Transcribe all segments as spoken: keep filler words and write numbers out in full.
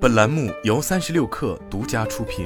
本栏目由三十六氪独家出品。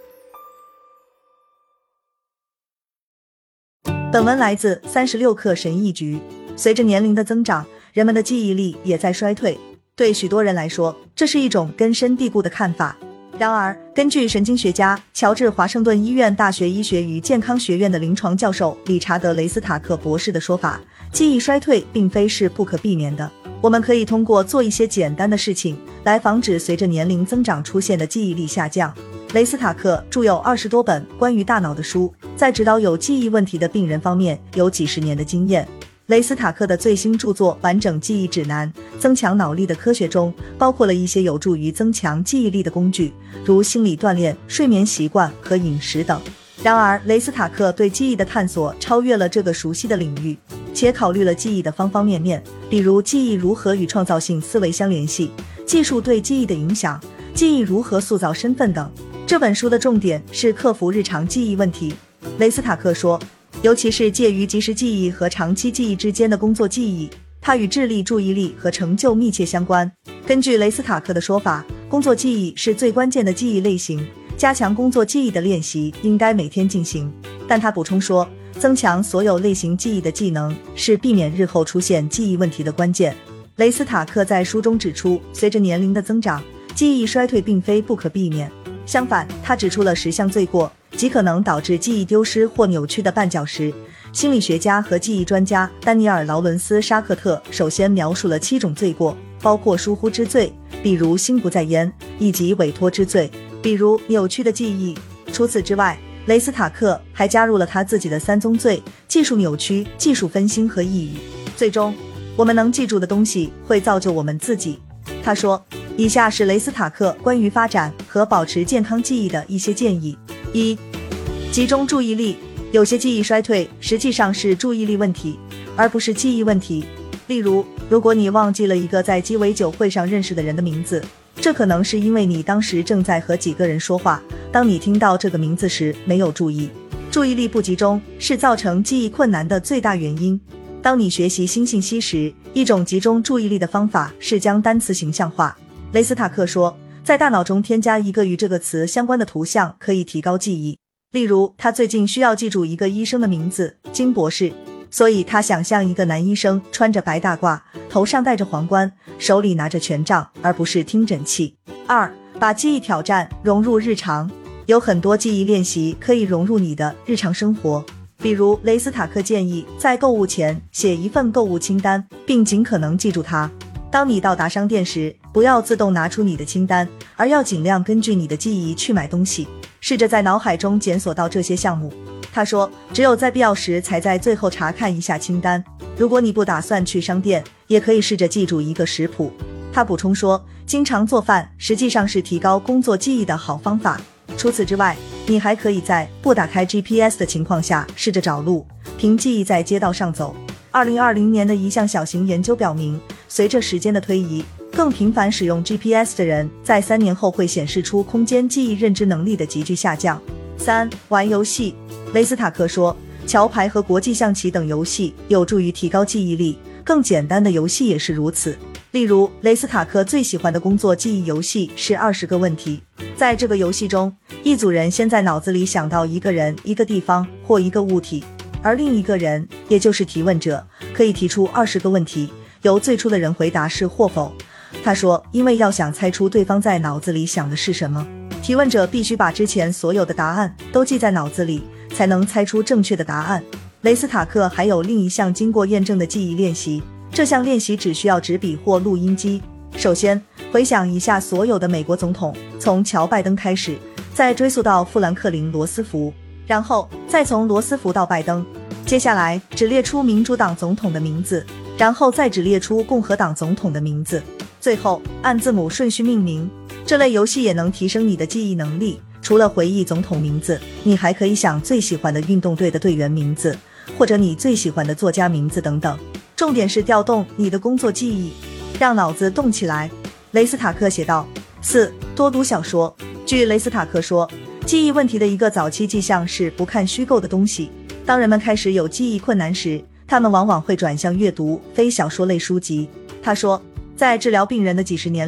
本文来自三十六氪神译局。随着年龄的增长，人们的记忆力也在衰退。对许多人来说，这是一种根深蒂固的看法。然而，根据神经学家、乔治华盛顿医院大学医学与健康学院的临床教授理查德·雷斯塔克博士的说法，记忆衰退并非是不可避免的。我们可以通过做一些简单的事情来防止随着年龄增长出现的记忆力下降。雷斯塔克著有二十多本关于大脑的书，在指导有记忆问题的病人方面有几十年的经验。雷斯塔克的最新著作《完整记忆指南：增强脑力的科学》中，包括了一些有助于增强记忆力的工具，如心理锻炼、睡眠习惯和饮食等。然而，雷斯塔克对记忆的探索超越了这个熟悉的领域，且考虑了记忆的方方面面，比如记忆如何与创造性思维相联系，技术对记忆的影响，记忆如何塑造身份等。这本书的重点是克服日常记忆问题。雷斯塔克说，尤其是介于即时记忆和长期记忆之间的工作记忆，它与智力、注意力和成就密切相关。根据雷斯塔克的说法，工作记忆是最关键的记忆类型，加强工作记忆的练习应该每天进行。但他补充说，增强所有类型记忆的技能是避免日后出现记忆问题的关键。雷斯塔克在书中指出，随着年龄的增长，记忆衰退并非不可避免。相反，他指出了十项罪过，即可能导致记忆丢失或扭曲的绊脚石。心理学家和记忆专家丹尼尔·劳伦斯·沙克特首先描述了七种罪过，包括疏忽之罪，比如心不在焉，以及委托之罪，比如扭曲的记忆。除此之外，雷斯塔克还加入了他自己的三宗罪：技术扭曲、技术分心和抑郁。最终，我们能记住的东西会造就我们自己。他说，以下是雷斯塔克关于发展和保持健康记忆的一些建议。一、集中注意力。有些记忆衰退实际上是注意力问题，而不是记忆问题。例如，如果你忘记了一个在鸡尾酒会上认识的人的名字，这可能是因为你当时正在和几个人说话，当你听到这个名字时没有注意。注意力不集中是造成记忆困难的最大原因。当你学习新信息时，一种集中注意力的方法是将单词形象化。雷斯塔克说，在大脑中添加一个与这个词相关的图像可以提高记忆。例如，他最近需要记住一个医生的名字，金博士，所以他想象一个男医生穿着白大褂，头上戴着皇冠，手里拿着权杖，而不是听诊器。二、把记忆挑战融入日常。有很多记忆练习可以融入你的日常生活，比如雷斯塔克建议在购物前写一份购物清单，并尽可能记住它。当你到达商店时，不要自动拿出你的清单，而要尽量根据你的记忆去买东西，试着在脑海中检索到这些项目。他说，只有在必要时才在最后查看一下清单。如果你不打算去商店，也可以试着记住一个食谱。他补充说，经常做饭实际上是提高工作记忆的好方法。除此之外，你还可以在不打开 G P S 的情况下试着找路，凭记忆在街道上走。二零二零年的一项小型研究表明，随着时间的推移，更频繁使用 G P S 的人在三年后会显示出空间记忆认知能力的急剧下降。三、玩游戏。雷斯塔克说，桥牌和国际象棋等游戏有助于提高记忆力，更简单的游戏也是如此。例如，雷斯塔克最喜欢的工作记忆游戏是二十个问题。在这个游戏中，一组人先在脑子里想到一个人、一个地方或一个物体，而另一个人，也就是提问者，可以提出二十个问题，由最初的人回答是或否。他说，因为要想猜出对方在脑子里想的是什么，提问者必须把之前所有的答案都记在脑子里，才能猜出正确的答案。雷斯塔克还有另一项经过验证的记忆练习，这项练习只需要纸笔或录音机。首先，回想一下所有的美国总统，从乔拜登开始，再追溯到富兰克林·罗斯福，然后再从罗斯福到拜登。接下来只列出民主党总统的名字，然后再只列出共和党总统的名字，最后按字母顺序命名。这类游戏也能提升你的记忆能力，除了回忆总统名字，你还可以想最喜欢的运动队的队员名字，或者你最喜欢的作家名字等等。重点是调动你的工作记忆，让脑子动起来。雷斯塔克写道。四、多读小说。据雷斯塔克说，记忆问题的一个早期迹象是不看虚构的东西。当人们开始有记忆困难时，他们往往会转向阅读非小说类书籍。他说，在治疗病人的几十年里，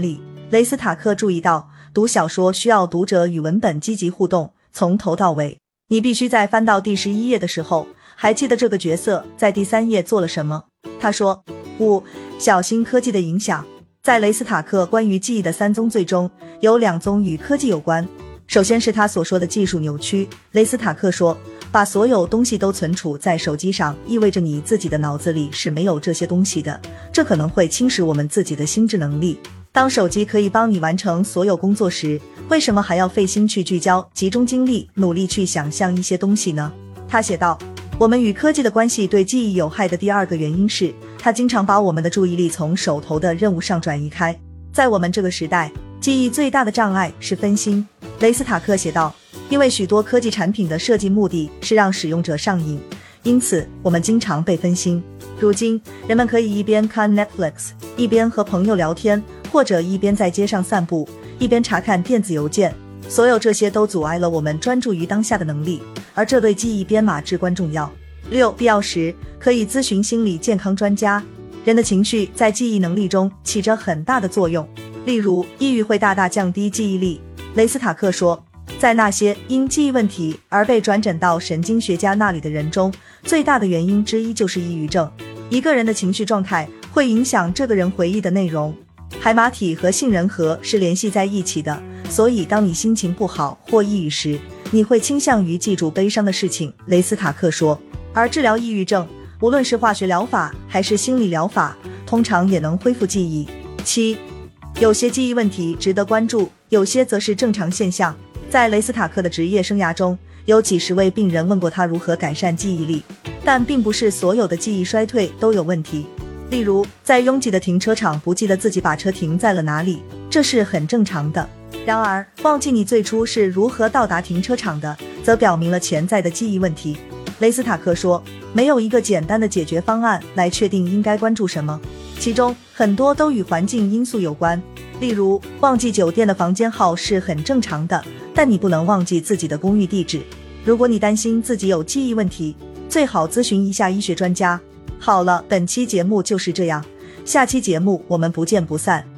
雷斯塔克注意到，读小说需要读者与文本积极互动，从头到尾。你必须在翻到第十一页的时候，还记得这个角色在第三页做了什么。他说，五、小心科技的影响。在雷斯塔克关于记忆的三宗罪中，有两宗与科技有关。首先是他所说的技术扭曲。雷斯塔克说，把所有东西都存储在手机上，意味着你自己的脑子里是没有这些东西的，这可能会侵蚀我们自己的心智能力。当手机可以帮你完成所有工作时，为什么还要费心去聚焦、集中精力，努力去想象一些东西呢？他写道，我们与科技的关系对记忆有害的第二个原因是，它经常把我们的注意力从手头的任务上转移开。在我们这个时代，记忆最大的障碍是分心。雷斯塔克写道，因为许多科技产品的设计目的是让使用者上瘾，因此我们经常被分心。如今，人们可以一边看 Netflix， 一边和朋友聊天，或者一边在街上散步，一边查看电子邮件。所有这些都阻碍了我们专注于当下的能力，而这对记忆编码至关重要。六、必要时可以咨询心理健康专家。人的情绪在记忆能力中起着很大的作用，例如抑郁会大大降低记忆力。雷斯塔克说，在那些因记忆问题而被转诊到神经学家那里的人中，最大的原因之一就是抑郁症。一个人的情绪状态会影响这个人回忆的内容。海马体和杏仁核是联系在一起的，所以当你心情不好或抑郁时，你会倾向于记住悲伤的事情，雷斯塔克说。而治疗抑郁症，无论是化学疗法还是心理疗法，通常也能恢复记忆。七、有些记忆问题值得关注，有些则是正常现象。在雷斯塔克的职业生涯中，有几十位病人问过他如何改善记忆力，但并不是所有的记忆衰退都有问题。例如，在拥挤的停车场不记得自己把车停在了哪里，这是很正常的。然而，忘记你最初是如何到达停车场的，则表明了潜在的记忆问题。雷斯塔克说，没有一个简单的解决方案来确定应该关注什么，其中很多都与环境因素有关。例如，忘记酒店的房间号是很正常的，但你不能忘记自己的公寓地址。如果你担心自己有记忆问题，最好咨询一下医学专家。好了，本期节目就是这样，下期节目我们不见不散。